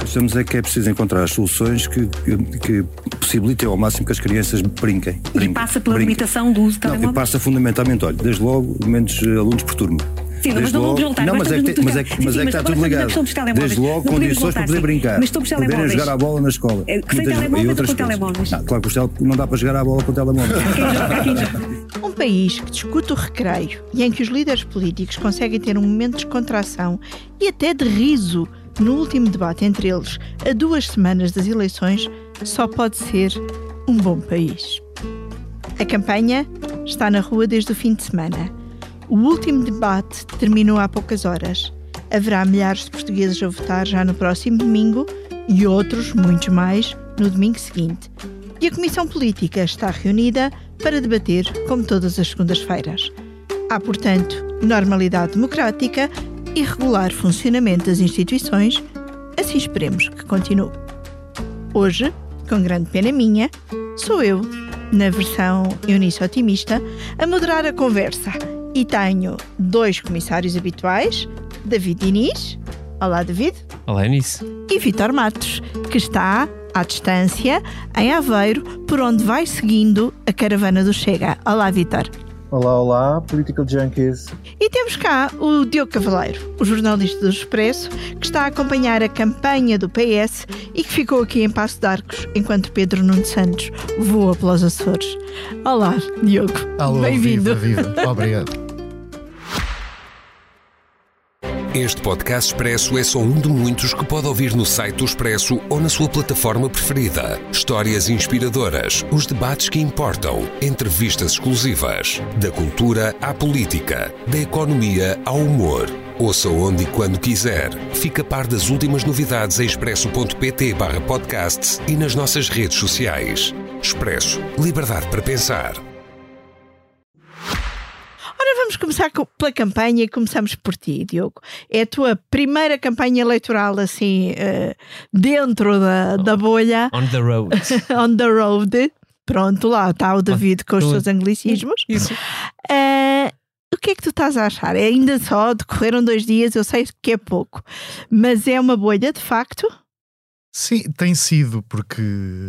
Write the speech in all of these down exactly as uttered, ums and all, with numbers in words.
achamos é que é preciso encontrar as soluções que, que, que possibilitem ao máximo que as crianças brinquem. brinquem e passa pela brinquem. limitação do uso de telemóveis? Não, passa fundamentalmente, olha, desde logo, menos alunos por turma. Sim, mas não vamos voltar. Não, mas é que, mas é que, mas é que está tudo ligado. Desde logo, condições para poder brincar. Poderem jogar a bola na escola. Sem telemóveis ou com telemóveis? Não, claro que não dá para jogar a bola com telemóveis. Um país que discute o recreio e em que os líderes políticos conseguem ter um momento de descontração e até de riso no último debate entre eles, a duas semanas das eleições, só pode ser um bom país. A campanha está na rua desde o fim de semana. O último debate terminou há poucas horas. Haverá milhares de portugueses a votar já no próximo domingo e outros, muitos mais, no domingo seguinte. E a Comissão Política está reunida para debater como todas as segundas-feiras. Há, portanto, normalidade democrática e regular funcionamento das instituições, assim esperemos que continue. Hoje, com grande pena minha, sou eu, na versão Eunice Otimista, a moderar a conversa. E tenho dois comissários habituais, David Diniz. Olá, David. Olá, Eunice. E Vítor Matos, que está à distância, em Aveiro, por onde vai seguindo a caravana do Chega. Olá, Vítor. Olá, olá, Political Junkies. E temos cá o Diogo Cavaleiro, o jornalista do Expresso, que está a acompanhar a campanha do P S e que ficou aqui em Passo de Arcos, enquanto Pedro Nuno Santos voa pelos Açores. Olá, Diogo. Alô, bem-vindo. Viva, viva. Obrigado. Este podcast Expresso é só um de muitos que pode ouvir no site do Expresso ou na sua plataforma preferida. Histórias inspiradoras, os debates que importam, entrevistas exclusivas. Da cultura à política, da economia ao humor. Ouça onde e quando quiser. Fica a par das últimas novidades em expresso.pt barra podcasts e nas nossas redes sociais. Expresso. Liberdade para pensar. Vamos começar pela campanha e começamos por ti, Diogo. É a tua primeira campanha eleitoral assim, uh, dentro da, da bolha. On the road. On the road. Pronto, lá está o David com os seus anglicismos. Isso. Uh, o que é que tu estás a achar? É ainda só, decorreram dois dias, eu sei que é pouco, mas é uma bolha de facto? Sim, tem sido, porque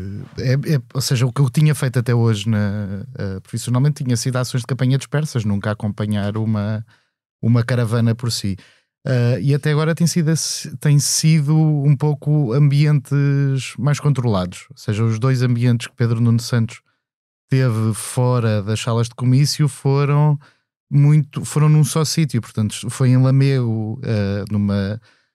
é, é, ou seja, o que eu tinha feito até hoje na, uh, profissionalmente tinha sido ações de campanha dispersas, nunca acompanhar uma, uma caravana por si. Uh, e até agora tem sido, tem sido um pouco ambientes mais controlados, ou seja, os dois ambientes que Pedro Nuno Santos teve fora das salas de comício foram, muito, foram num só sítio, portanto foi em Lamego, uh, numa...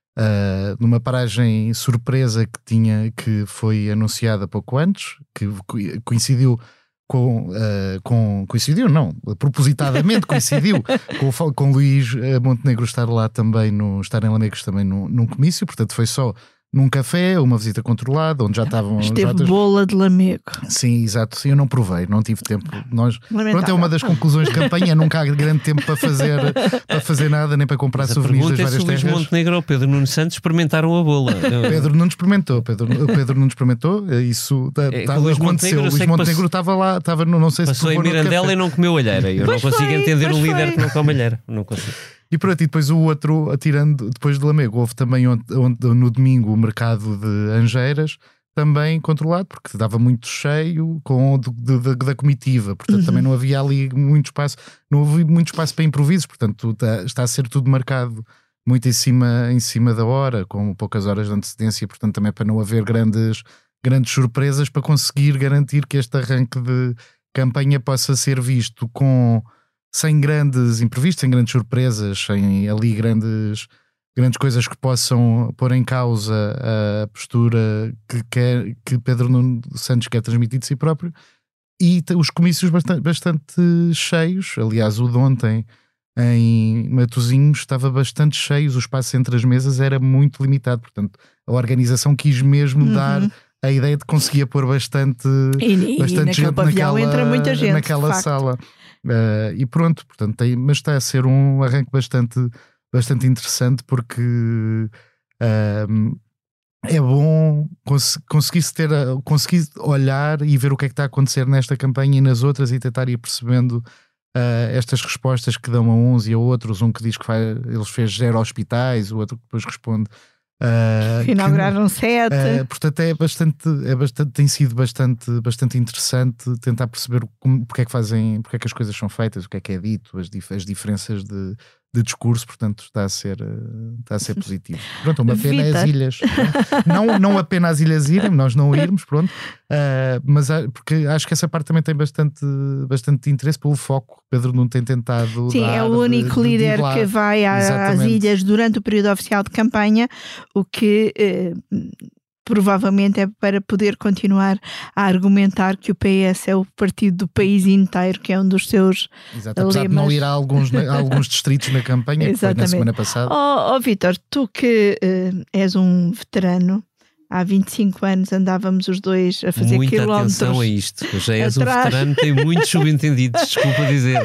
Uh, numa paragem surpresa que tinha, que foi anunciada pouco antes, que coincidiu com, uh, com coincidiu não, propositadamente coincidiu com, com Luís Montenegro estar lá também, no, estar em Lamegos também no, num comício, portanto foi só num café, uma visita controlada, onde já estavam... Esteve já bola de Lamego. Sim, exato, sim, eu não provei, não tive tempo. Nós, pronto, é uma das conclusões de campanha, nunca há grande tempo para fazer, para fazer nada, nem para comprar Mas souvenirs das é várias se o Luís terras. Montenegro ou Pedro Nuno Santos experimentaram a bola. Pedro não experimentou, Pedro, Pedro não experimentou, isso é, tá, Luís aconteceu. Montenegro, Luís Montenegro estava lá, estava, não, não sei se passou em Mirandela e não comeu alheira. Eu pois não consigo foi, entender um líder foi. que não come alheira. Não consigo. E pronto, e depois o outro, atirando, depois de Lamego, houve também onde, onde, no domingo o mercado de Angeiras, também controlado, porque estava muito cheio com, de, de, de, da comitiva, portanto uhum. também não havia ali muito espaço, não houve muito espaço para improvisos, portanto está, está a ser tudo marcado muito em cima, em cima da hora, com poucas horas de antecedência, portanto também para não haver grandes, grandes surpresas, para conseguir garantir que este arranque de campanha possa ser visto com... sem grandes imprevistos, sem grandes surpresas, sem ali grandes, grandes coisas que possam pôr em causa a postura que, quer, que Pedro Nuno Santos quer transmitir de si próprio, e os comícios bastante, bastante cheios. Aliás, o de ontem em Matosinhos estava bastante cheio, o espaço entre as mesas era muito limitado, portanto a organização quis mesmo uhum. dar a ideia de que conseguia pôr bastante, e, bastante e gente naquela, entra muita gente, naquela sala. Uh, e pronto, portanto, tem, mas está a ser um arranque bastante, bastante interessante, porque uh, é bom cons- conseguir-se ter, conseguir olhar e ver o que é que está a acontecer nesta campanha e nas outras, e tentar ir percebendo uh, estas respostas que dão a uns e a outros. Um que diz que faz, eles fez zero hospitais, o outro que depois responde Uh, Inauguraram sete. Uh, portanto, é bastante, é bastante, tem sido bastante, bastante interessante tentar perceber como, porque é que fazem, porque é que as coisas são feitas, o que é que é dito, as, dif as diferenças de, de discurso. Portanto, está a ser, está a ser positivo. Pronto, uma pena é as ilhas, não, não apenas as ilhas irem, nós não irmos, pronto, uh, mas porque acho que essa parte também tem bastante, bastante interesse pelo foco. Pedro não tem tentado. Sim, dar é o único de, de, líder de que vai a, às ilhas durante o período oficial de campanha, o que eh, provavelmente é para poder continuar a argumentar que o P S é o partido do país inteiro, que é um dos seus. Exato, apesar lemas. de não ir a alguns, a alguns distritos na campanha, que foi na semana passada. Ó oh, oh, Vítor, tu que eh, és um veterano. Há vinte e cinco anos andávamos os dois a fazer Muita quilómetros. Muita atenção a isto. Já és atrás... um veterano, tem muitos subentendidos, desculpa dizer.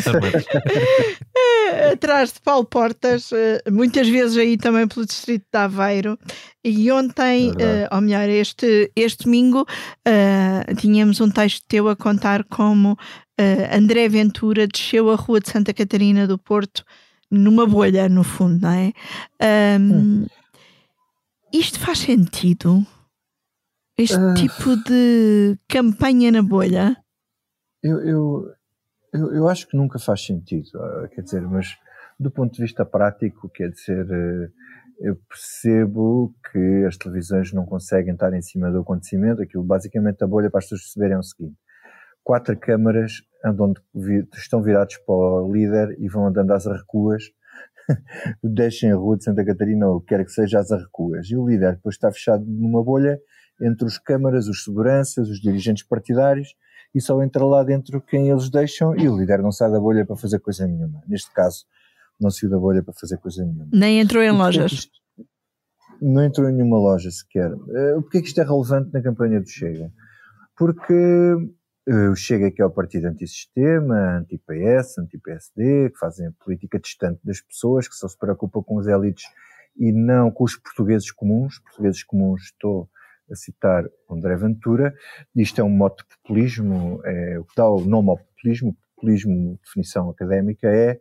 Atrás de Paulo Portas, muitas vezes aí também pelo distrito de Aveiro. E ontem, uh, ou melhor, este, este domingo, uh, tínhamos um texto teu a contar como uh, André Ventura desceu a rua de Santa Catarina do Porto numa bolha, no fundo, não é? Um, hum. Isto faz sentido? Este uh, tipo de campanha na bolha? Eu, eu, eu, eu acho que nunca faz sentido, quer dizer, mas do ponto de vista prático, quer dizer, eu percebo que as televisões não conseguem estar em cima do acontecimento. Aquilo, basicamente, a bolha, para as pessoas perceberem, é o seguinte: quatro câmaras andam de, estão virados para o líder e vão andando às recuas. Deixem a rua de Santa Catarina ou o que quer que seja às arrecuas, e o líder depois está fechado numa bolha entre os câmaras, os seguranças, os dirigentes partidários, e só entra lá dentro quem eles deixam, e o líder não sai da bolha para fazer coisa nenhuma. Neste caso não saiu da bolha para fazer coisa nenhuma, nem entrou em e lojas isto, não entrou em nenhuma loja sequer. Uh, porque é que isto é relevante na campanha do Chega? Porque o Chega, que é o partido antissistema, anti-P S, anti-P S D, que fazem a política distante das pessoas, que só se preocupa com as elites e não com os portugueses comuns. Portugueses comuns, estou a citar André Ventura. Isto é um mote de populismo, é o que dá o nome ao populismo. O populismo, definição académica, é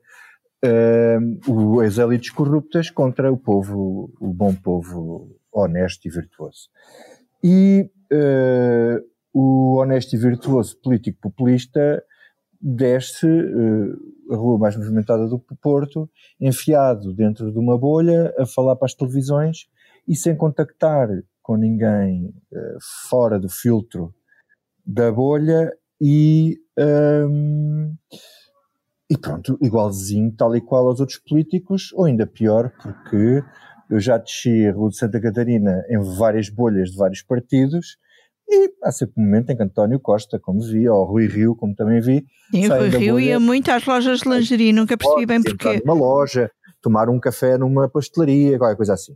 uh, as elites corruptas contra o povo, o bom povo honesto e virtuoso. E uh, o honesto e virtuoso político populista desce uh, a rua mais movimentada do Porto, enfiado dentro de uma bolha, a falar para as televisões e sem contactar com ninguém uh, fora do filtro da bolha e, um, e pronto, igualzinho, tal e qual aos outros políticos, ou ainda pior, porque eu já desci a rua de Santa Catarina em várias bolhas de vários partidos. E há sempre um momento em que António Costa, como vi, ou Rui Rio, como também vi. E o Rui Rio ia muito às lojas de lingerie, nunca percebi bem porquê. Numa loja, tomar um café numa pastelaria, qualquer coisa assim.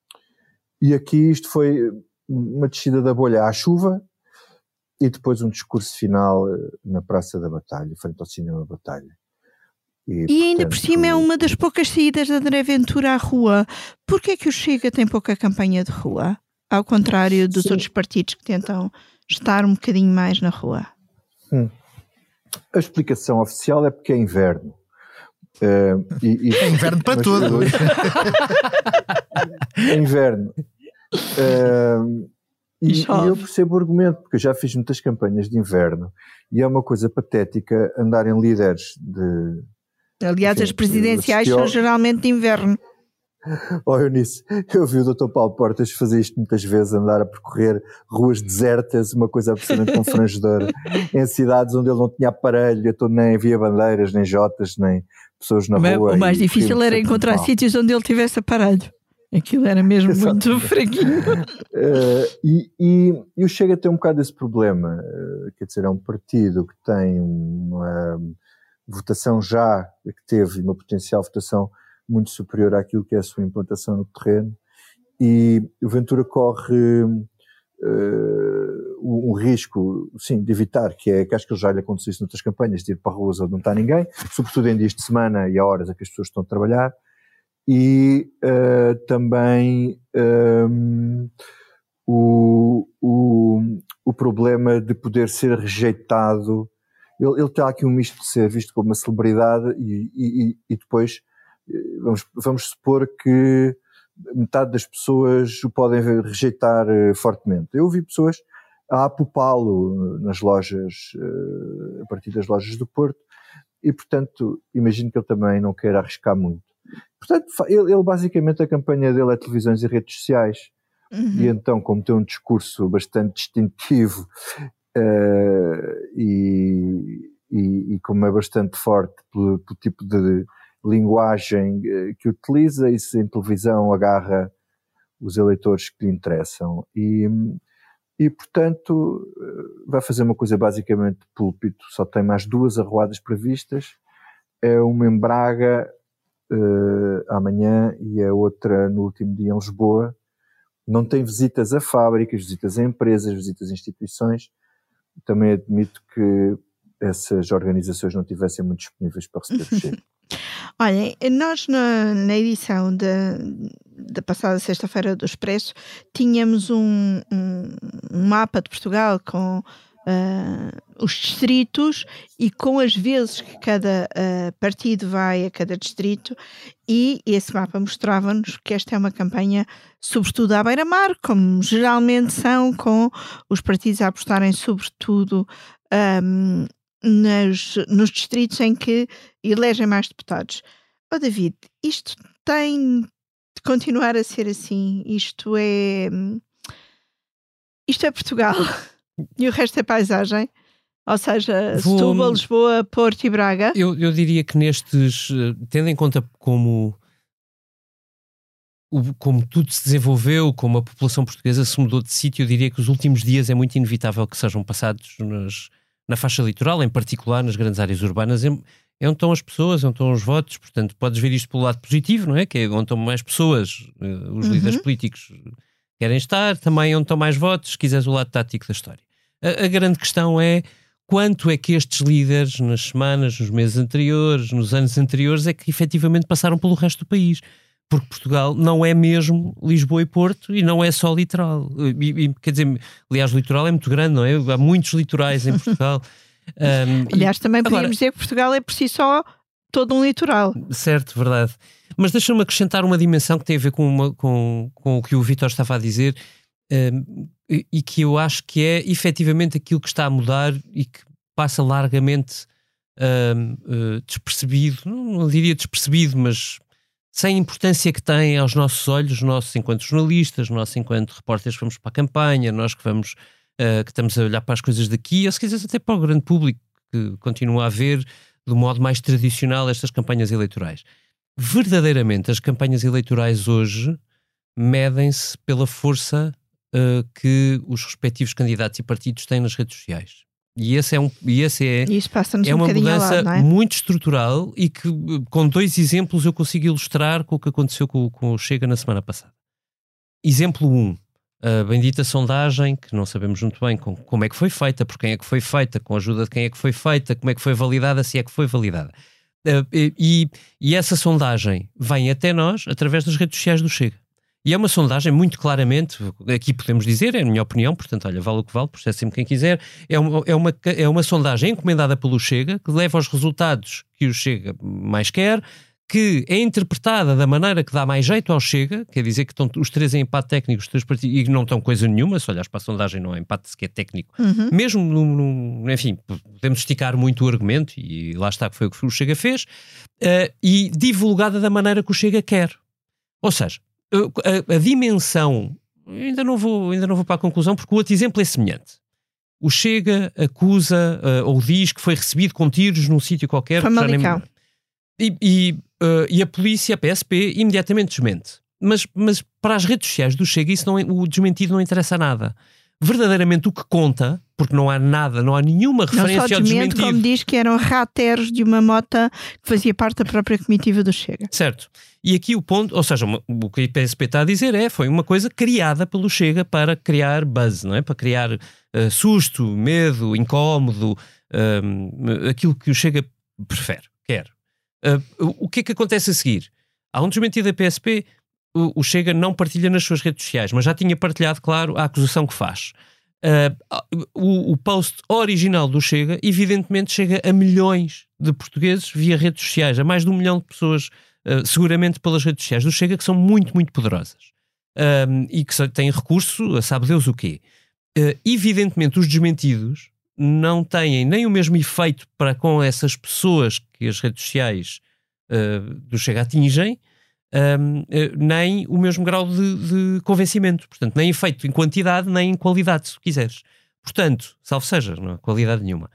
E aqui isto foi uma descida da bolha à chuva e depois um discurso final na Praça da Batalha, frente ao Cinema Batalha. E, e ainda portanto, por cima é uma das poucas saídas de André Ventura à rua. Porquê é que o Chega tem pouca campanha de rua? Ao contrário dos Sim. outros partidos que tentam estar um bocadinho mais na rua. Hum. A explicação oficial é porque é inverno. Uh, e, e, é inverno para todos. É inverno. Uh, e, e eu percebo o argumento, porque eu já fiz muitas campanhas de inverno e é uma coisa patética andarem líderes de... Aliás, enfim, as presidenciais são geralmente de inverno. Oh, Eunice, eu vi o doutor Paulo Portas fazer isto muitas vezes, andar a percorrer ruas desertas, uma coisa absolutamente confrangedora, em cidades onde ele não tinha aparelho, então nem havia bandeiras, nem jotas, nem pessoas na rua. O mais difícil era encontrar mal. sítios onde ele tivesse aparelho. Aquilo era mesmo Exato. muito fraquinho. uh, e, e, e o Chega tem um bocado esse problema, uh, quer dizer, é um partido que tem uma votação já, que teve uma potencial votação muito superior àquilo que é a sua implantação no terreno, e o Ventura corre uh, um risco, sim, de evitar, que é que acho que já lhe aconteceu isso noutras campanhas, de ir para ruas onde não está ninguém, sobretudo em dias de semana e a horas a que as pessoas estão a trabalhar, e uh, também um, o, o, o problema de poder ser rejeitado. Ele, ele tem aqui um misto de ser visto como uma celebridade e, e, e depois Vamos, vamos supor que metade das pessoas o podem rejeitar uh, fortemente. Eu vi pessoas a apupá-lo nas lojas, uh, a partir das lojas do Porto, e portanto imagino que ele também não queira arriscar muito. Portanto, ele, ele basicamente, a campanha dele é televisões e redes sociais, uhum. e então, como tem um discurso bastante distintivo uh, e, e, e como é bastante forte pelo, pelo tipo de linguagem que utiliza, isso em televisão agarra os eleitores que lhe interessam e, e portanto vai fazer uma coisa basicamente púlpito, só tem mais duas arruadas previstas, é uma em Braga uh, amanhã e a outra no último dia em Lisboa. Não tem visitas a fábricas, visitas a empresas, visitas a instituições. Também admito que essas organizações não estivessem muito disponíveis para receber o Chega. Olhem, nós na, na edição da, da passada sexta-feira do Expresso tínhamos um, um, um mapa de Portugal com uh, os distritos e com as vezes que cada uh, partido vai a cada distrito, e esse mapa mostrava-nos que esta é uma campanha sobretudo à beira-mar, como geralmente são, com os partidos a apostarem sobretudo um, Nos, nos distritos em que elegem mais deputados. Oh, David, isto tem de continuar a ser assim? Isto é isto é Portugal e o resto é paisagem? Ou seja, Vou... Setúbal, Lisboa, Porto e Braga? Eu, eu diria que nestes, tendo em conta como como tudo se desenvolveu, como a população portuguesa se mudou de sítio, eu diria que os últimos dias é muito inevitável que sejam passados nas na faixa litoral, em particular nas grandes áreas urbanas, é, é onde estão as pessoas, onde estão os votos, portanto podes ver isto pelo lado positivo, não é? Que é onde estão mais pessoas, os uhum. líderes políticos querem estar, também onde estão mais votos, se quiseres o lado tático da história. A, a grande questão é quanto é que estes líderes, nas semanas, nos meses anteriores, nos anos anteriores, é que efetivamente passaram pelo resto do país. Porque Portugal não é mesmo Lisboa e Porto e não é só litoral. E, e, quer dizer, aliás, o litoral é muito grande, não é? Há muitos litorais em Portugal. um, aliás, e, também podíamos agora, dizer que Portugal é por si só todo um litoral. Certo, verdade. Mas deixa-me acrescentar uma dimensão que tem a ver com, uma, com, com o que o Vítor estava a dizer um, e, e que eu acho que é efetivamente aquilo que está a mudar e que passa largamente um, uh, despercebido, não, não diria despercebido, mas sem a importância que tem aos nossos olhos, nós enquanto jornalistas, nós enquanto repórteres que vamos para a campanha, nós que vamos, uh, que estamos a olhar para as coisas daqui, ou se quiseres até para o grande público que continua a ver do modo mais tradicional estas campanhas eleitorais. Verdadeiramente as campanhas eleitorais hoje medem-se pela força uh, que os respectivos candidatos e partidos têm nas redes sociais. E esse é, um, e esse é, é uma um mudança lado, é? muito estrutural e que com dois exemplos eu consigo ilustrar com o que aconteceu com, com o Chega na semana passada. Exemplo um, a bendita sondagem, que não sabemos muito bem com, como é que foi feita, por quem é que foi feita, com a ajuda de quem é que foi feita, como é que foi validada, se é que foi validada. Uh, e, e essa sondagem vem até nós através das redes sociais do Chega. E é uma sondagem muito claramente, aqui podemos dizer, é a minha opinião, portanto, olha, vale o que vale, processem-me quem quiser, é uma, é, uma, é uma sondagem encomendada pelo Chega, que leva aos resultados que o Chega mais quer, que é interpretada da maneira que dá mais jeito ao Chega, quer dizer que estão os três em empate técnico, os três partidos, e não estão coisa nenhuma, se olhares para a sondagem não é empate sequer técnico, uhum. mesmo, no, no, enfim, podemos esticar muito o argumento, e lá está que foi o que o Chega fez, uh, e divulgada da maneira que o Chega quer. Ou seja, A, a dimensão, ainda não, vou, ainda não vou para a conclusão, porque o outro exemplo é semelhante. O Chega acusa uh, ou diz que foi recebido com tiros num sítio qualquer. Famalicão. E, e, uh, e a polícia, a P S P, imediatamente desmente. Mas, mas para as redes sociais do Chega, isso não, o desmentido não interessa nada. Verdadeiramente o que conta, porque não há nada, não há nenhuma referência ao desmentido. Como diz que eram rateros de uma mota que fazia parte da própria comitiva do Chega. Certo. E aqui o ponto, ou seja, uma, o que a P S P está a dizer é, foi uma coisa criada pelo Chega para criar buzz, não é? Para criar uh, susto, medo, incómodo, uh, aquilo que o Chega prefere, quer. Uh, o, o que é que acontece a seguir? Há um desmentido da P S P, o, o Chega não partilha nas suas redes sociais, mas já tinha partilhado, claro, a acusação que faz. Uh, o, o post original do Chega, evidentemente, chega a milhões de portugueses via redes sociais, a mais de um milhão de pessoas uh, seguramente pelas redes sociais do Chega, que são muito, muito poderosas. Um, e que têm recurso a sabe Deus o quê. Uh, evidentemente, os desmentidos não têm nem o mesmo efeito para com essas pessoas que as redes sociais uh, do Chega atingem, um, uh, nem o mesmo grau de, de convencimento. Portanto, nem efeito em quantidade, nem em qualidade, se quiseres. Portanto, salvo seja, não há qualidade nenhuma.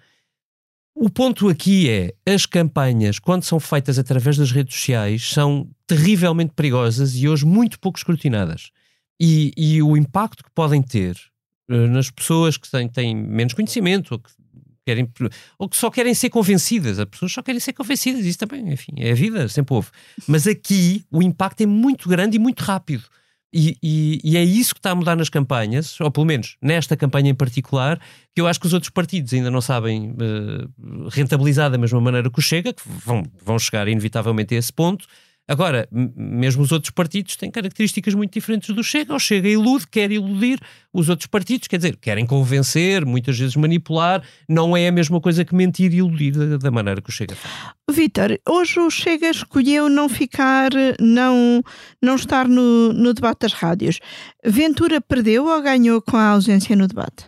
O ponto aqui é, as campanhas, quando são feitas através das redes sociais, são terrivelmente perigosas e hoje muito pouco escrutinadas. E, e o impacto que podem ter uh, nas pessoas que têm, têm menos conhecimento ou que, querem, ou que só querem ser convencidas, as pessoas só querem ser convencidas, isso também, enfim, é a vida, sempre houve. Mas aqui o impacto é muito grande e muito rápido. E, e, e é isso que está a mudar nas campanhas, ou pelo menos nesta campanha em particular, que eu acho que os outros partidos ainda não sabem uh, rentabilizar da mesma maneira que o Chega, que vão, vão chegar inevitavelmente a esse ponto. Agora, mesmo os outros partidos têm características muito diferentes do Chega. O Chega ilude, quer iludir os outros partidos, quer dizer, querem convencer, muitas vezes manipular, não é a mesma coisa que mentir e iludir da, da maneira que o Chega faz. Vítor, hoje o Chega escolheu não ficar, não, não estar no, no debate das rádios. Ventura perdeu ou ganhou com a ausência no debate?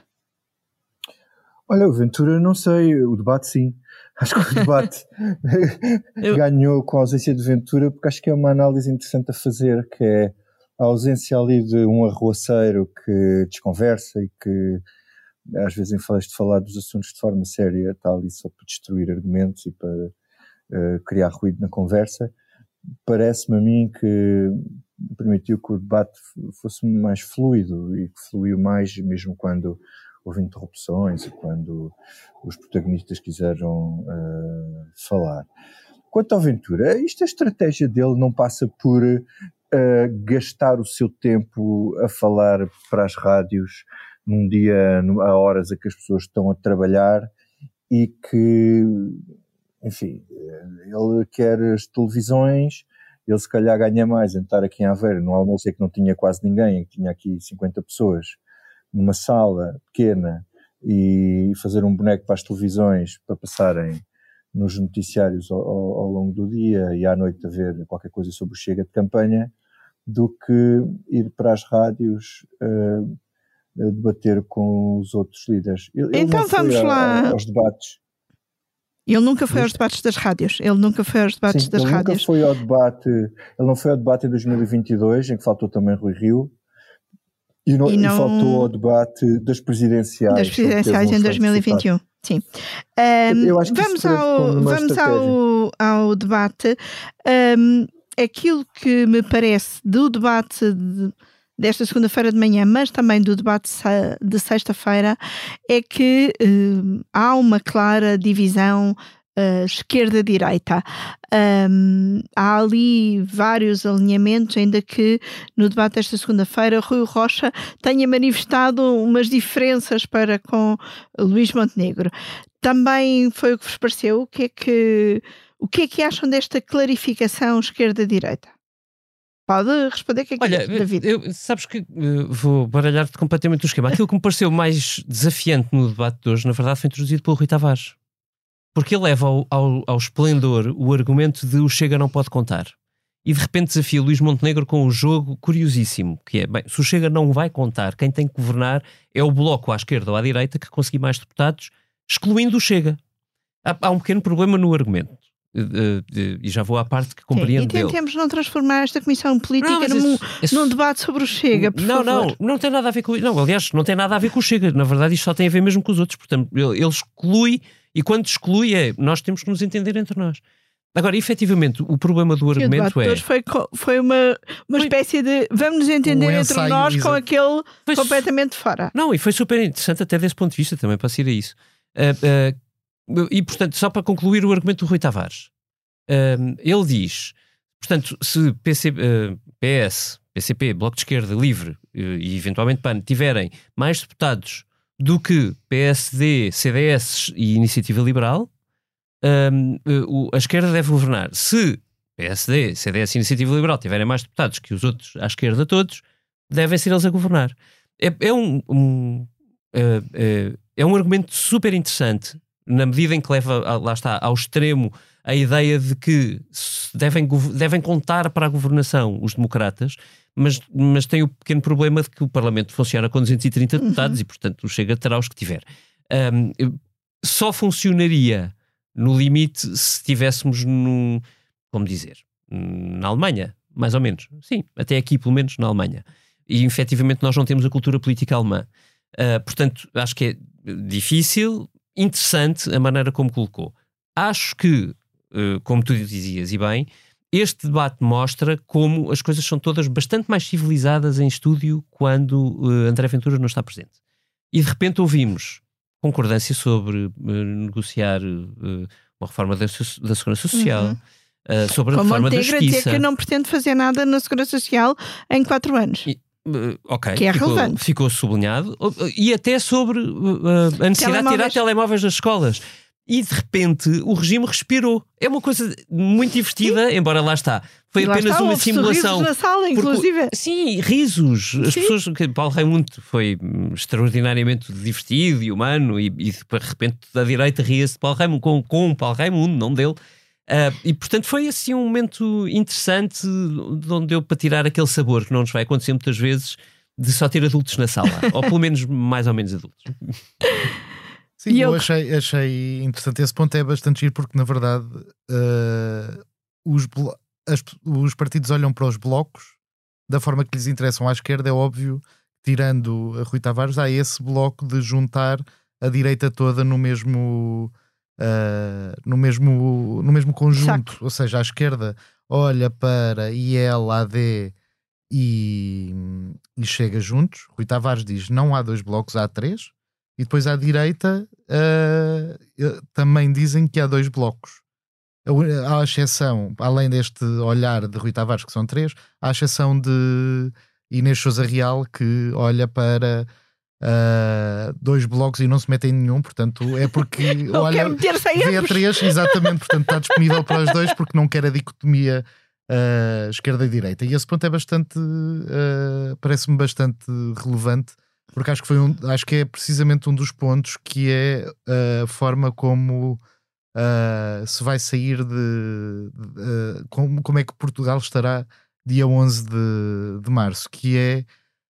Olha, o Ventura não sei, o debate sim. Acho que o debate eu... ganhou com a ausência de Ventura, porque acho que é uma análise interessante a fazer, que é a ausência ali de um arruaceiro que desconversa e que às vezes em vez de falar dos assuntos de forma séria está ali só para destruir argumentos e para uh, criar ruído na conversa. Parece-me a mim que permitiu que o debate fosse mais fluido e que fluiu mais mesmo quando houve interrupções e quando os protagonistas quiseram uh, falar. Quanto ao Ventura, isto a estratégia dele não passa por uh, gastar o seu tempo a falar para as rádios num dia, a horas a que as pessoas estão a trabalhar e que, enfim, ele quer as televisões, ele se calhar ganha mais em estar aqui em Aveiro, no almoço é que não tinha quase ninguém, que tinha aqui cinquenta pessoas, numa sala pequena e fazer um boneco para as televisões para passarem nos noticiários ao, ao, ao longo do dia e à noite a ver qualquer coisa sobre o Chega de campanha, do que ir para as rádios uh, debater com os outros líderes. Ele, então ele vamos a, lá aos debates. Ele nunca foi aos debates das rádios. Ele nunca foi aos debates Sim, das ele rádios. Nunca foi ao debate, ele não foi ao debate em dois mil e vinte e dois, em que faltou também Rui Rio. E, não, e, não... e faltou ao debate das presidenciais. Das presidenciais em dois mil e vinte e um, sim. Um, vamos ao, vamos ao, ao debate. Um, aquilo que me parece do debate de, desta segunda-feira de manhã, mas também do debate de sexta-feira, é que um, há uma clara divisão Uh, esquerda-direita. Um, há ali vários alinhamentos, ainda que no debate desta segunda-feira Rui Rocha tenha manifestado umas diferenças para com Luís Montenegro. Também foi o que vos pareceu? O que é que, o que, é que acham desta clarificação esquerda-direita? Pode responder o que é que Olha, é, David? Eu, sabes que uh, vou baralhar-te completamente o esquema. Aquilo que me pareceu mais desafiante no debate de hoje, na verdade, foi introduzido pelo Rui Tavares. Porque ele leva ao, ao, ao esplendor o argumento de o Chega não pode contar. E de repente desafia Luís Montenegro com um jogo curiosíssimo, que é, bem, se o Chega não vai contar, quem tem que governar é o bloco à esquerda ou à direita que conseguir mais deputados, excluindo o Chega. Há, há um pequeno problema no argumento. Uh, uh, uh, e já vou à parte que compreendo dele. E tentemos não transformar esta comissão política não, num, esse, num debate sobre o Chega, por não, favor. Não, não tem nada a ver com... Não, aliás, não tem nada a ver com o Chega. Na verdade, isto só tem a ver mesmo com os outros. Portanto, ele, ele exclui... E quando exclui é, nós temos que nos entender entre nós. Agora, efetivamente, o problema do argumento é... Foi, foi uma, uma foi, espécie de vamos nos entender um entre nós com aquele foi, completamente fora. Não, e foi super interessante até desse ponto de vista também, para ser a isso. Uh, uh, e, portanto, só para concluir o argumento do Rui Tavares. Uh, ele diz, portanto, se P C, uh, P S, P C P, Bloco de Esquerda, Livre uh, e eventualmente P A N tiverem mais deputados do que P S D, C D S e Iniciativa Liberal, um, uh, a esquerda deve governar. Se P S D, C D S e Iniciativa Liberal tiverem mais deputados que os outros à esquerda todos, devem ser eles a governar. É, é, um, um, uh, uh, é um argumento super interessante, na medida em que leva, lá está, ao extremo a ideia de que devem, devem contar para a governação os democratas, mas, mas tem o pequeno problema de que o Parlamento funciona com duzentos e trinta deputados uhum. e, portanto, o Chega terá os que tiver. Um, só funcionaria no limite se estivéssemos num, como dizer, na Alemanha, mais ou menos. Sim, até aqui, pelo menos, na Alemanha. E, efetivamente, nós não temos a cultura política alemã. Uh, portanto, acho que é difícil, interessante a maneira como colocou. Acho que, uh, como tu dizias, e bem, este debate mostra como as coisas são todas bastante mais civilizadas em estúdio quando uh, André Ventura não está presente. E, de repente, ouvimos concordância sobre uh, negociar uh, uma reforma da, da Segurança Social, uhum. uh, sobre a Como reforma da Montenegro Justiça. dizer que não pretende fazer nada na Segurança Social em quatro anos. E, uh, ok, que é ficou, relevante. Ficou sublinhado. Uh, e até sobre uh, a necessidade de tirar telemóveis das escolas. E de repente o regime respirou. É uma coisa muito divertida, sim. embora lá está. Foi e apenas está, uma simulação. Na sala, inclusive. Porque, sim, risos. As sim. pessoas. Paulo Raimundo foi extraordinariamente divertido e humano, e, e de repente da direita ria-se de Paulo Raimundo, com, com Paulo Raimundo, não dele. Uh, e portanto foi assim um momento interessante de onde deu para tirar aquele sabor que não nos vai acontecer muitas vezes de só ter adultos na sala, ou pelo menos mais ou menos adultos. Sim, eu, eu achei, achei interessante esse ponto, é bastante giro porque na verdade uh, os, as, os partidos olham para os blocos da forma que lhes interessam. À esquerda é óbvio, tirando a Rui Tavares, há esse bloco de juntar a direita toda no mesmo uh, no mesmo, no mesmo conjunto. Saco. Ou seja, a esquerda olha para I L, A D e, e Chega juntos. Rui Tavares diz não há dois blocos, há três. E depois à direita uh, também dizem que há dois blocos. Há a exceção, além deste olhar de Rui Tavares, que são três, há a exceção de Inês Sousa Real, que olha para uh, dois blocos e não se mete em nenhum, portanto é porque olha, vê a três, exatamente, portanto está disponível para os dois porque não quer a dicotomia uh, esquerda e direita. E esse ponto é bastante, uh, parece-me bastante relevante. Porque acho que, foi um, acho que é precisamente um dos pontos que é a forma como uh, se vai sair de... de uh, como, como é que Portugal estará dia onze de, de março, que é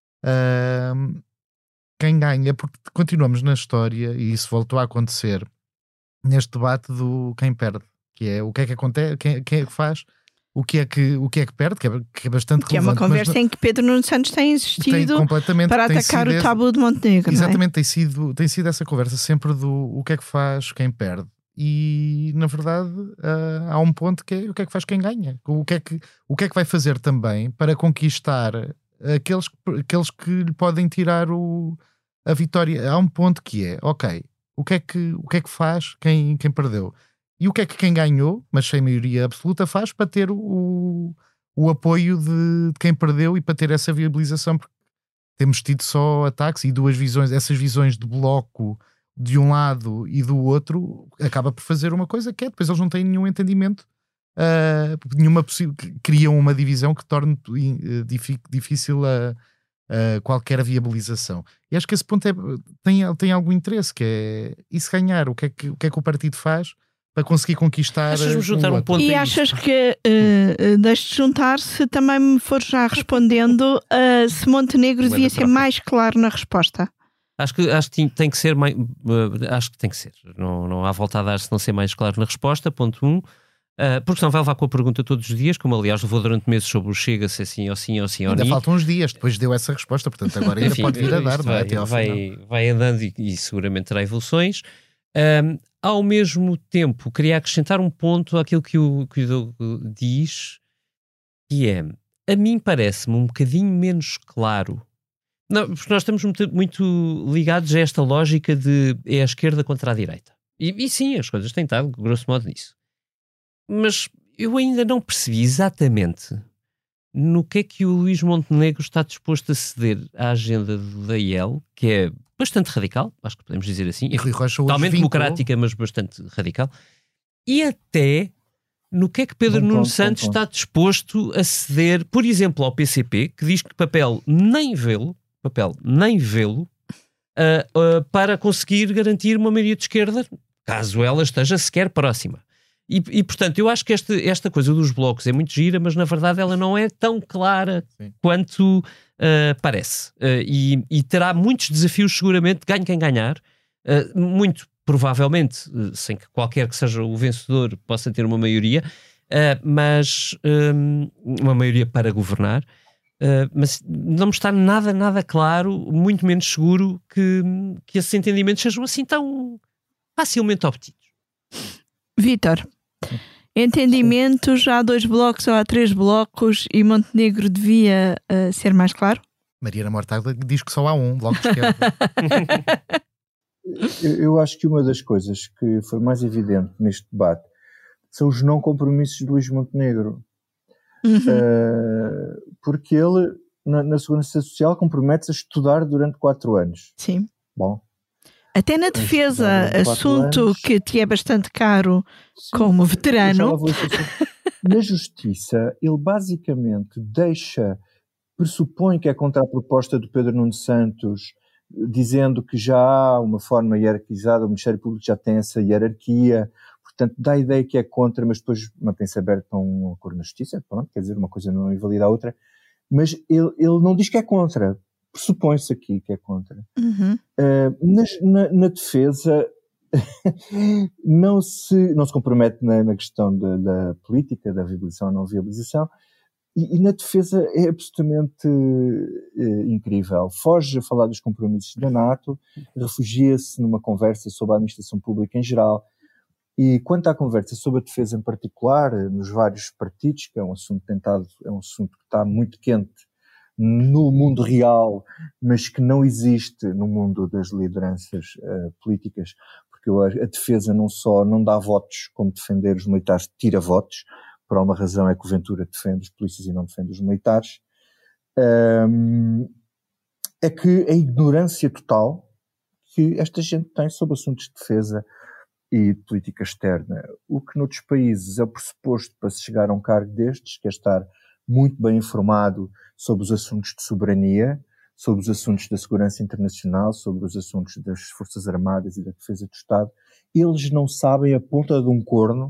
uh, quem ganha, porque continuamos na história, e isso voltou a acontecer neste debate do quem perde, que é o que é que acontece, quem, quem é que faz... O que, é que, o que é que perde, que é, que é bastante que relevante. Que é uma conversa mas, em que Pedro Nuno Santos tem insistido tem para atacar o tabu de Montenegro. Exatamente, não é? tem, sido, tem sido essa conversa sempre do o que é que faz quem perde. E, na verdade, uh, há um ponto que é o que é que faz quem ganha. O que é que, o que, é que vai fazer também para conquistar aqueles, aqueles que lhe podem tirar o, a vitória. Há um ponto que é, ok, o que é que, o que, é que faz quem, quem perdeu? E o que é que quem ganhou, mas sem maioria absoluta, faz para ter o, o apoio de, de quem perdeu e para ter essa viabilização? Porque temos tido só ataques e duas visões, essas visões de bloco de um lado e do outro, acaba por fazer uma coisa que é, depois eles não têm nenhum entendimento, uh, nenhuma possi- criam uma divisão que torne uh, difícil a, a qualquer viabilização. E acho que esse ponto é, tem, tem algum interesse, que é, e se ganhar, o que é que o, que é que o partido faz para conseguir conquistar. Achas-me juntar um ponto. E achas isto? que uh, deixes de juntar se também me for já respondendo uh, se Montenegro devia ser mais claro na resposta? Acho que, acho que tem que ser mais, uh, acho que tem que ser. Não, não há volta a dar se não ser mais claro na resposta, ponto um. Uh, porque senão vai levar com a pergunta todos os dias, como aliás levou durante meses sobre o Chega, se assim ou sim ou sim ou ainda nem. faltam uns dias, depois deu essa resposta, portanto agora ainda Enfim, pode vir a dar, vai, até ao vai, final. vai andando e, e seguramente terá evoluções. Um, ao mesmo tempo, queria acrescentar um ponto àquilo que o, que o Diogo diz, que é, a mim parece-me um bocadinho menos claro, não, porque nós estamos muito, muito ligados a esta lógica de é a esquerda contra a direita. E, e sim, as coisas têm estado, grosso modo, nisso. Mas eu ainda não percebi exatamente no que é que o Luís Montenegro está disposto a ceder à agenda da I L, que é bastante radical, acho que podemos dizer assim, totalmente democrática, mas bastante radical, e até no que é que Pedro bom Nuno ponto, Santos está disposto a ceder, por exemplo, ao P C P, que diz que papel nem vê-lo, papel nem vê-lo, uh, uh, para conseguir garantir uma maioria de esquerda caso ela esteja sequer próxima. E, e portanto, eu acho que este, esta coisa dos blocos é muito gira, mas na verdade ela não é tão clara Sim. quanto uh, parece. Uh, e, e terá muitos desafios, seguramente, ganhe quem ganhar, uh, muito provavelmente, uh, sem que qualquer que seja o vencedor possa ter uma maioria, uh, mas um, uma maioria para governar, uh, mas não me está nada, nada claro, muito menos seguro que, que esses entendimentos sejam assim tão facilmente obtidos. Vítor, entendimentos, há dois blocos ou há três blocos e Montenegro devia uh, ser mais claro? Mariana Mortágua diz que só há um bloco de esquerda. eu, eu acho que uma das coisas que foi mais evidente neste debate são os não compromissos de Luís Montenegro. Uhum. Uh, porque ele, na, na Segurança Social, compromete-se a estudar durante quatro anos. Sim. Bom. Até na defesa, assunto anos. que te é bastante caro Sim, como veterano. Na justiça, ele basicamente deixa, pressupõe que é contra a proposta do Pedro Nuno Santos, dizendo que já há uma forma hierarquizada, o Ministério Público já tem essa hierarquia, portanto dá a ideia que é contra, mas depois mantém-se aberto para um acordo na justiça, pronto, quer dizer, uma coisa não invalida a outra, mas ele, ele não diz que é contra. Pressupõe-se aqui que é contra. Uhum. Uh, na, na, na defesa não, se, não se compromete na, na questão da, da política, da viabilização ou não viabilização, e, e na defesa é absolutamente uh, incrível. Foge a falar dos compromissos da NATO, refugia-se numa conversa sobre a administração pública em geral, e quanto à conversa sobre a defesa em particular, nos vários partidos, que é um assunto tentado, é um assunto que está muito quente no mundo real, mas que não existe no mundo das lideranças uh, políticas, porque eu, a defesa não só não dá votos, como defender os militares tira votos, por uma razão é que o Ventura defende os polícias e não defende os militares, um, é que a ignorância total que esta gente tem sobre assuntos de defesa e de política externa, o que noutros países é o pressuposto para se chegar a um cargo destes, que é estar muito bem informado sobre os assuntos de soberania, sobre os assuntos da segurança internacional, sobre os assuntos das Forças Armadas e da defesa do Estado. Eles não sabem a ponta de um corno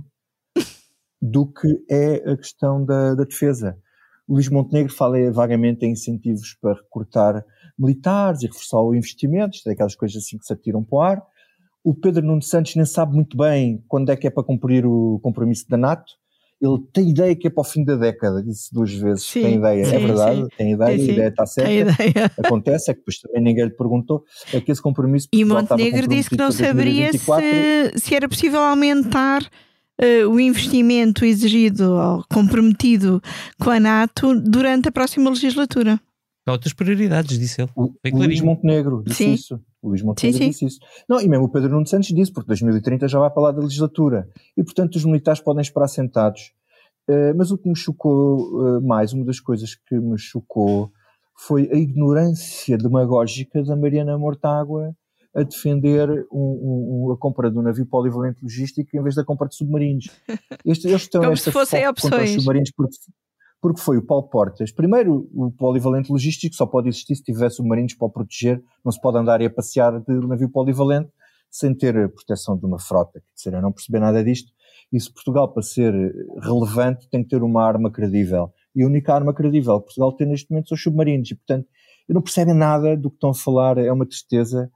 do que é a questão da, da defesa. O Luís Montenegro fala vagamente em incentivos para recrutar militares e reforçar o investimento, isto é aquelas coisas assim que se atiram para o ar. O Pedro Nuno Santos nem sabe muito bem quando é que é para cumprir o compromisso da NATO. Ele tem ideia que é para o fim da década, disse duas vezes, sim, tem ideia, sim, é verdade, sim. tem ideia, sim, a ideia está certa, ideia. Acontece, é que depois também ninguém lhe perguntou, é que esse compromisso... E Montenegro disse que não saberia se, se era possível aumentar uh, o investimento exigido ou comprometido com a NATO durante a próxima legislatura. Há outras prioridades, disse ele. O, o Luís Montenegro disse sim. isso. O Luís Montenegro sim, disse sim. isso. Não, e mesmo o Pedro Nuno Santos disse, porque dois mil e trinta já vai para lá da legislatura. E, portanto, os militares podem esperar sentados. Uh, mas o que me chocou uh, mais, uma das coisas que me chocou, foi a ignorância demagógica da Mariana Mortágua a defender um, um, a compra de um navio polivalente logístico em vez da compra de submarinos. Este, eles estão Como esta se fossem opções. Contra os submarinos porque... Porque foi o Paulo Portas. Primeiro, o polivalente logístico só pode existir se tiver submarinos para o proteger. Não se pode andar e a passear de navio polivalente sem ter a proteção de uma frota. Quer dizer, eu não perceber nada disto. E se Portugal, para ser relevante, tem que ter uma arma credível. E a única arma credível que Portugal tem neste momento são os submarinos. E, portanto, não percebem nada do que estão a falar. É uma tristeza.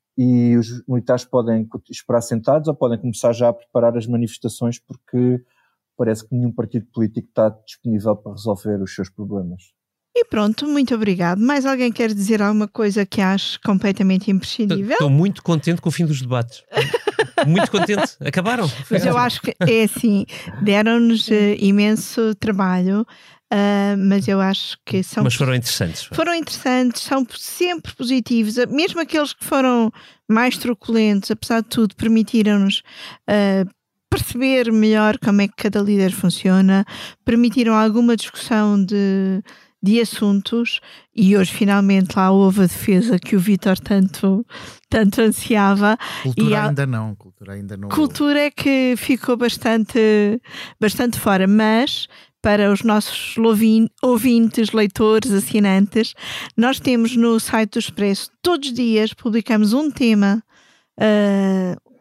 E os militares podem esperar sentados ou podem começar já a preparar as manifestações, porque parece que nenhum partido político está disponível para resolver os seus problemas. E pronto, muito obrigado. Mais alguém quer dizer alguma coisa que ache completamente imprescindível? Estou muito contente com o fim dos debates. Muito contente. Acabaram. Mas eu acho que é assim, deram-nos uh, imenso trabalho, uh, mas eu acho que são... Mas foram interessantes. Foram interessantes, são sempre positivos, mesmo aqueles que foram mais truculentos, apesar de tudo, permitiram-nos uh, perceber melhor como é que cada líder funciona, permitiram alguma discussão de, de assuntos e hoje finalmente lá houve a defesa que o Vítor tanto, tanto ansiava. Cultura e ainda a... não, cultura ainda não. Cultura é que ficou bastante, bastante fora, mas para os nossos ouvintes, leitores, assinantes, nós temos no site do Expresso, todos os dias publicamos um tema uh, que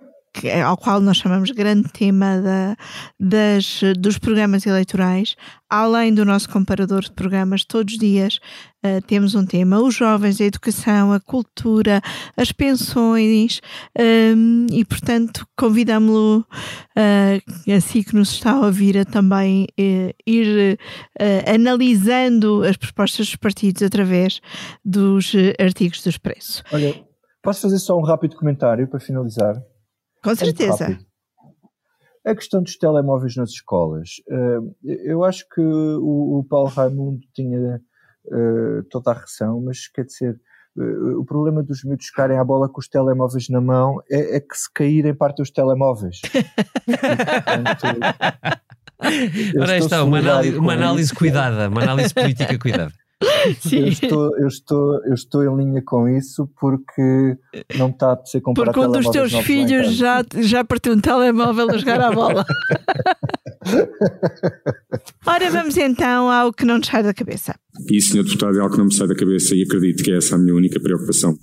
ao qual nós chamamos grande tema da, das, dos programas eleitorais. Além do nosso comparador de programas, todos os dias uh, temos um tema: os jovens, a educação, a cultura, as pensões, um, e portanto convidamos-lo, uh, assim que nos está a ouvir, a também uh, ir uh, analisando as propostas dos partidos através dos uh, artigos do Expresso. Olha, posso fazer só um rápido comentário para finalizar? Com certeza. A questão dos telemóveis nas escolas. Eu acho que o Paulo Raimundo tinha toda a razão, mas quer dizer, o problema dos miúdos ficarem à bola com os telemóveis na mão é, é que se caírem partem os telemóveis. E, portanto, ora, está uma análise, uma análise cuidada, uma análise política cuidada. Sim. Eu, estou, eu, estou, eu estou em linha com isso porque não está a ser comparado. Porque um dos teus filhos já, já partiu um telemóvel a jogar à bola. Ora, vamos então ao que não nos sai da cabeça. E, senhor Deputado, é algo que não me sai da cabeça e acredito que é essa a minha única preocupação.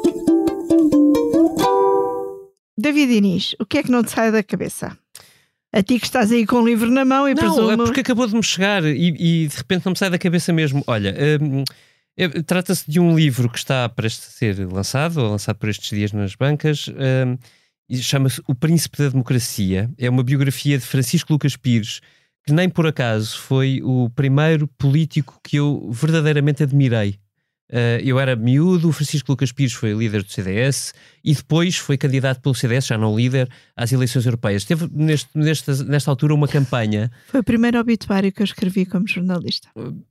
David Inês, o que é que não te sai da cabeça? A ti que estás aí com o livro na mão e não, presumo... Não, é porque acabou de me chegar e, e de repente não me sai da cabeça mesmo. Olha, hum, é, trata-se de um livro que está prestes a ser lançado, ou lançado por estes dias nas bancas, hum, e chama-se O Príncipe da Democracia. É uma biografia de Francisco Lucas Pires, que nem por acaso foi o primeiro político que eu verdadeiramente admirei. Uh, eu era miúdo, o Francisco Lucas Pires foi líder do C D S e depois foi candidato pelo C D S, já não líder, às eleições europeias. Teve neste, nesta, nesta altura uma campanha... Foi o primeiro obituário que eu escrevi como jornalista. Uh,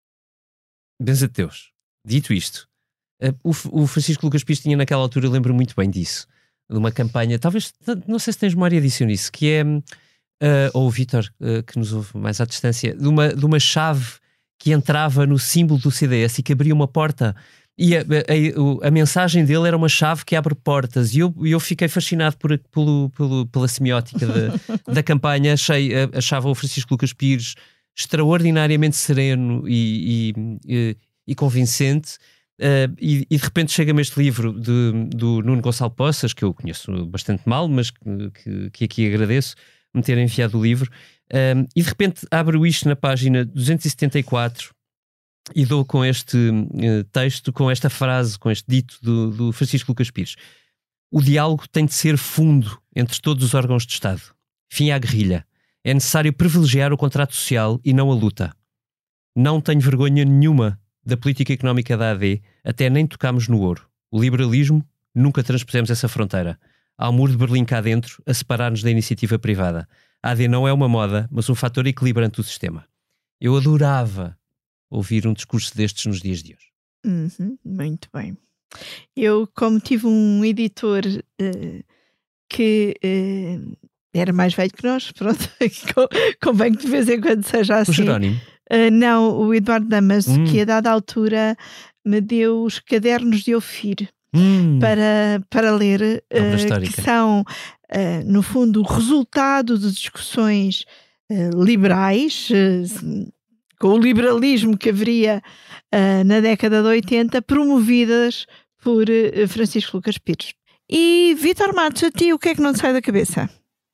benza de Deus. Dito isto, uh, o, o Francisco Lucas Pires tinha naquela altura, eu lembro muito bem disso, de uma campanha, talvez, não sei se tens memória disso nisso, que é, uh, ou o Vítor, uh, que nos ouve mais à distância, de uma, de uma chave que entrava no símbolo do C D S e que abria uma porta, e a, a, a mensagem dele era uma chave que abre portas, e eu, eu fiquei fascinado por, pelo, pelo, pela semiótica da, da campanha. Achei, achava o Francisco Lucas Pires extraordinariamente sereno e, e, e, e convincente, uh, e, e de repente chega-me este livro de, do Nuno Gonçalo Poças, que eu conheço bastante mal, mas que, que aqui agradeço me ter enviado o livro. Um, e de repente abro isto na página duzentos e setenta e quatro e dou com este uh, texto, com esta frase, com este dito do, do Francisco Lucas Pires: o diálogo tem de ser fundo entre todos os órgãos de Estado. Fim à guerrilha. É necessário privilegiar o contrato social e não a luta. Não tenho vergonha nenhuma da política económica da A D, até nem tocámos no ouro. O liberalismo, nunca transpusemos essa fronteira. Há um muro de Berlim cá dentro a separar-nos da iniciativa privada. A AD não é uma moda, mas um fator equilibrante do sistema. Eu adorava ouvir um discurso destes nos dias de hoje. Uhum, muito bem. Eu, como tive um editor uh, que uh, era mais velho que nós, pronto, convém que de vez em quando seja assim. O Jerónimo? Uh, não, o Eduardo Damas, hum. que a dada altura me deu os cadernos de Ofir. Hum. Para, para ler, uh, que são, uh, no fundo, o resultado de discussões uh, liberais, uh, com o liberalismo que haveria uh, na década de oitenta, promovidas por uh, Francisco Lucas Pires. E, Vítor Matos, a ti o que é que não te sai da cabeça?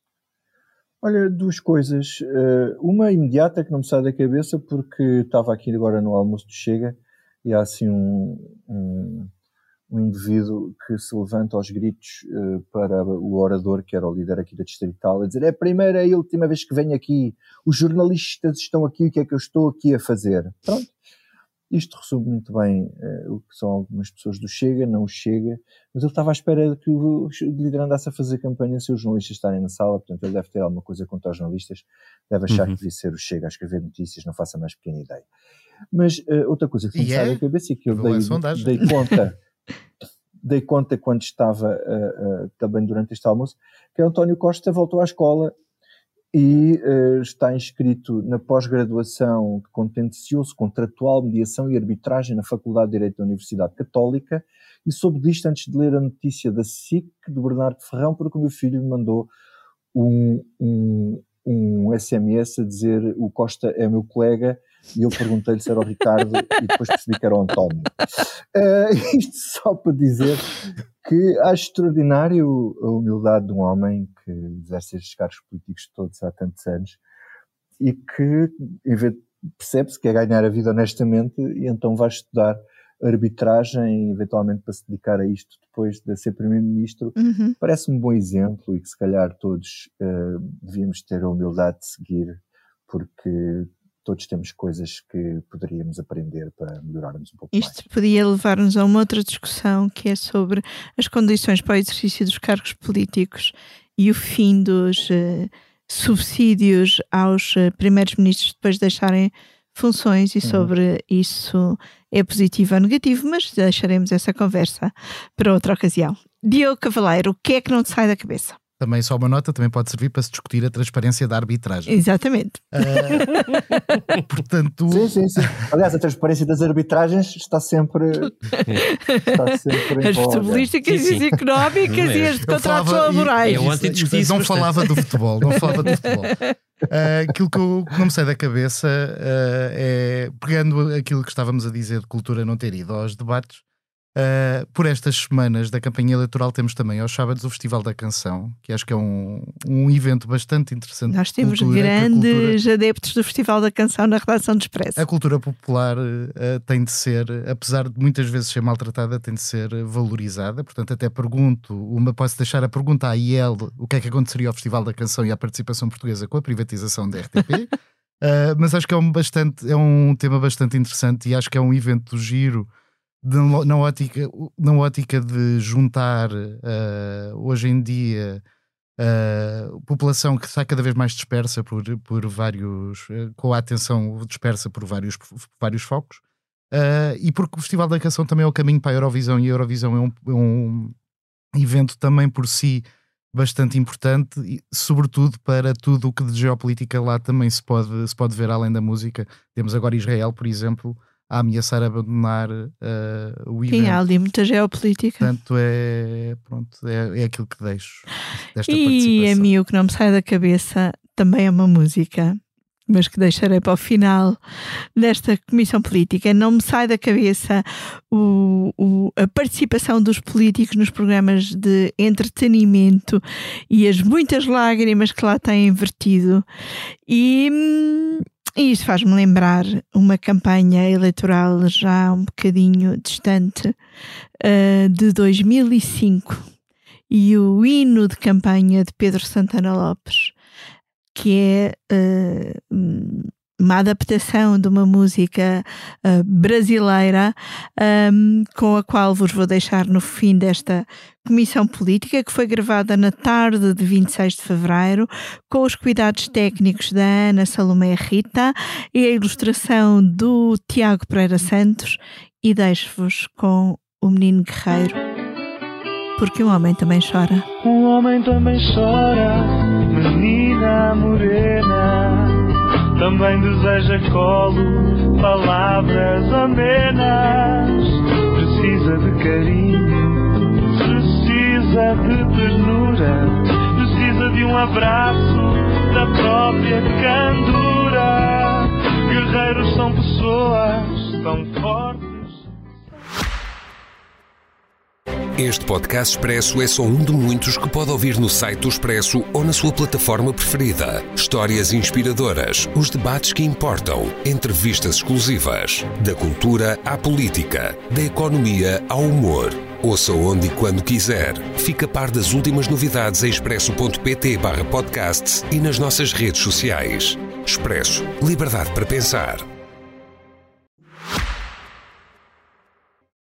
Olha, duas coisas. Uh, uma imediata que não me sai da cabeça, porque estava aqui agora no almoço do Chega e há assim um... um um indivíduo que se levanta aos gritos uh, para o orador, que era o líder aqui da Distrital, a dizer: é a primeira e última vez que venho aqui, os jornalistas estão aqui, o que é que eu estou aqui a fazer? Pronto. Isto resume muito bem uh, o que são algumas pessoas do Chega, não o Chega, mas ele estava à espera de que o líder andasse a fazer campanha sem os jornalistas estarem na sala, portanto ele deve ter alguma coisa contra os jornalistas, deve achar uhum. que devia ser o Chega a escrever notícias, não faça a mais pequena ideia. Mas uh, outra coisa que me sai da cabeça e que eu dei, dei conta... dei conta quando estava uh, uh, também durante este almoço, que António Costa voltou à escola e uh, está inscrito na pós-graduação de contencioso, contratual, mediação e arbitragem na Faculdade de Direito da Universidade Católica, e soube disto antes de ler a notícia da S I C do Bernardo Ferrão, porque o meu filho me mandou um, um, um S M S a dizer: o Costa é meu colega, e eu perguntei-lhe se era o Ricardo e depois percebi que era o António. Uh, isto só para dizer que acho extraordinário a humildade de um homem que exerce estes cargos políticos todos há tantos anos e que percebe-se que é ganhar a vida honestamente e então vai estudar arbitragem, eventualmente para se dedicar a isto depois de ser Primeiro-Ministro. Uhum. Parece-me um bom exemplo e que se calhar todos uh, devíamos ter a humildade de seguir, porque todos temos coisas que poderíamos aprender para melhorarmos um pouco Isto mais. Isto podia levar-nos a uma outra discussão que é sobre as condições para o exercício dos cargos políticos e o fim dos uh, subsídios aos uh, primeiros ministros depois de deixarem funções e sobre uhum. isso é positivo ou negativo, mas deixaremos essa conversa para outra ocasião. Diogo Cavaleiro, o que é que não te sai da cabeça? Também só uma nota, também pode servir para se discutir a transparência da arbitragem. Exatamente. Uh, portanto... Sim, sim, sim. Aliás, a transparência das arbitragens está sempre... está sempre as futebolísticas e as económicas e as de contratos laborais. Eu ontem discuti isso. Não falava do futebol, não falava do futebol. Uh, aquilo que, eu, que não me sai da cabeça uh, é, pegando aquilo que estávamos a dizer de cultura não ter ido aos debates, uh, por estas semanas da campanha eleitoral temos também aos sábados o Festival da Canção, que acho que é um, um evento bastante interessante. Nós temos cultura, grandes cultura, adeptos do Festival da Canção na redação do Expresso. A cultura popular uh, tem de ser, apesar de muitas vezes ser maltratada, tem de ser valorizada. Portanto, até pergunto, uma, posso deixar a pergunta à I E L, o que é que aconteceria ao Festival da Canção e à participação portuguesa com a privatização da R T P. uh, mas acho que é um, bastante, é um tema bastante interessante e acho que é um evento giro de, na, ótica, na ótica de juntar uh, hoje em dia Uh, população que está cada vez mais dispersa por, por vários, uh, com a atenção dispersa por vários, por vários focos, uh, e porque o Festival da Canção também é o caminho para a Eurovisão, e a Eurovisão é um, é um evento também por si bastante importante, e sobretudo para tudo o que de geopolítica lá também se pode, se pode ver além da música. Temos agora Israel, por exemplo, a ameaçar abandonar uh, o evento. Sim, há ali muita geopolítica. Portanto, é, pronto, é, é aquilo que deixo desta e participação. E a mim o que não me sai da cabeça também é uma música, mas que deixarei para o final desta comissão política. Não me sai da cabeça o, o, a participação dos políticos nos programas de entretenimento e as muitas lágrimas que lá têm vertido. E... E isto faz-me lembrar uma campanha eleitoral já um bocadinho distante, uh, de dois mil e cinco, e o hino de campanha de Pedro Santana Lopes, que é uh, uma adaptação de uma música uh, brasileira, um, com a qual vos vou deixar no fim desta comissão política, que foi gravada na tarde de vinte e seis de fevereiro, com os cuidados técnicos da Ana Salomé Rita e a ilustração do Tiago Pereira Santos, e deixo-vos com o Menino Guerreiro, porque um homem também chora. Um homem também chora, menina morena, também deseja colo, palavras amenas, precisa de carinho, precisa de ternura, precisa de um abraço, da própria candura. Guerreiros são pessoas tão fortes. Este podcast Expresso é só um de muitos que pode ouvir no site do Expresso ou na sua plataforma preferida. Histórias inspiradoras, os debates que importam, entrevistas exclusivas, da cultura à política, da economia ao humor. Ouça onde e quando quiser. Fica a par das últimas novidades em expresso.pt barra podcasts e nas nossas redes sociais. Expresso. Liberdade para pensar.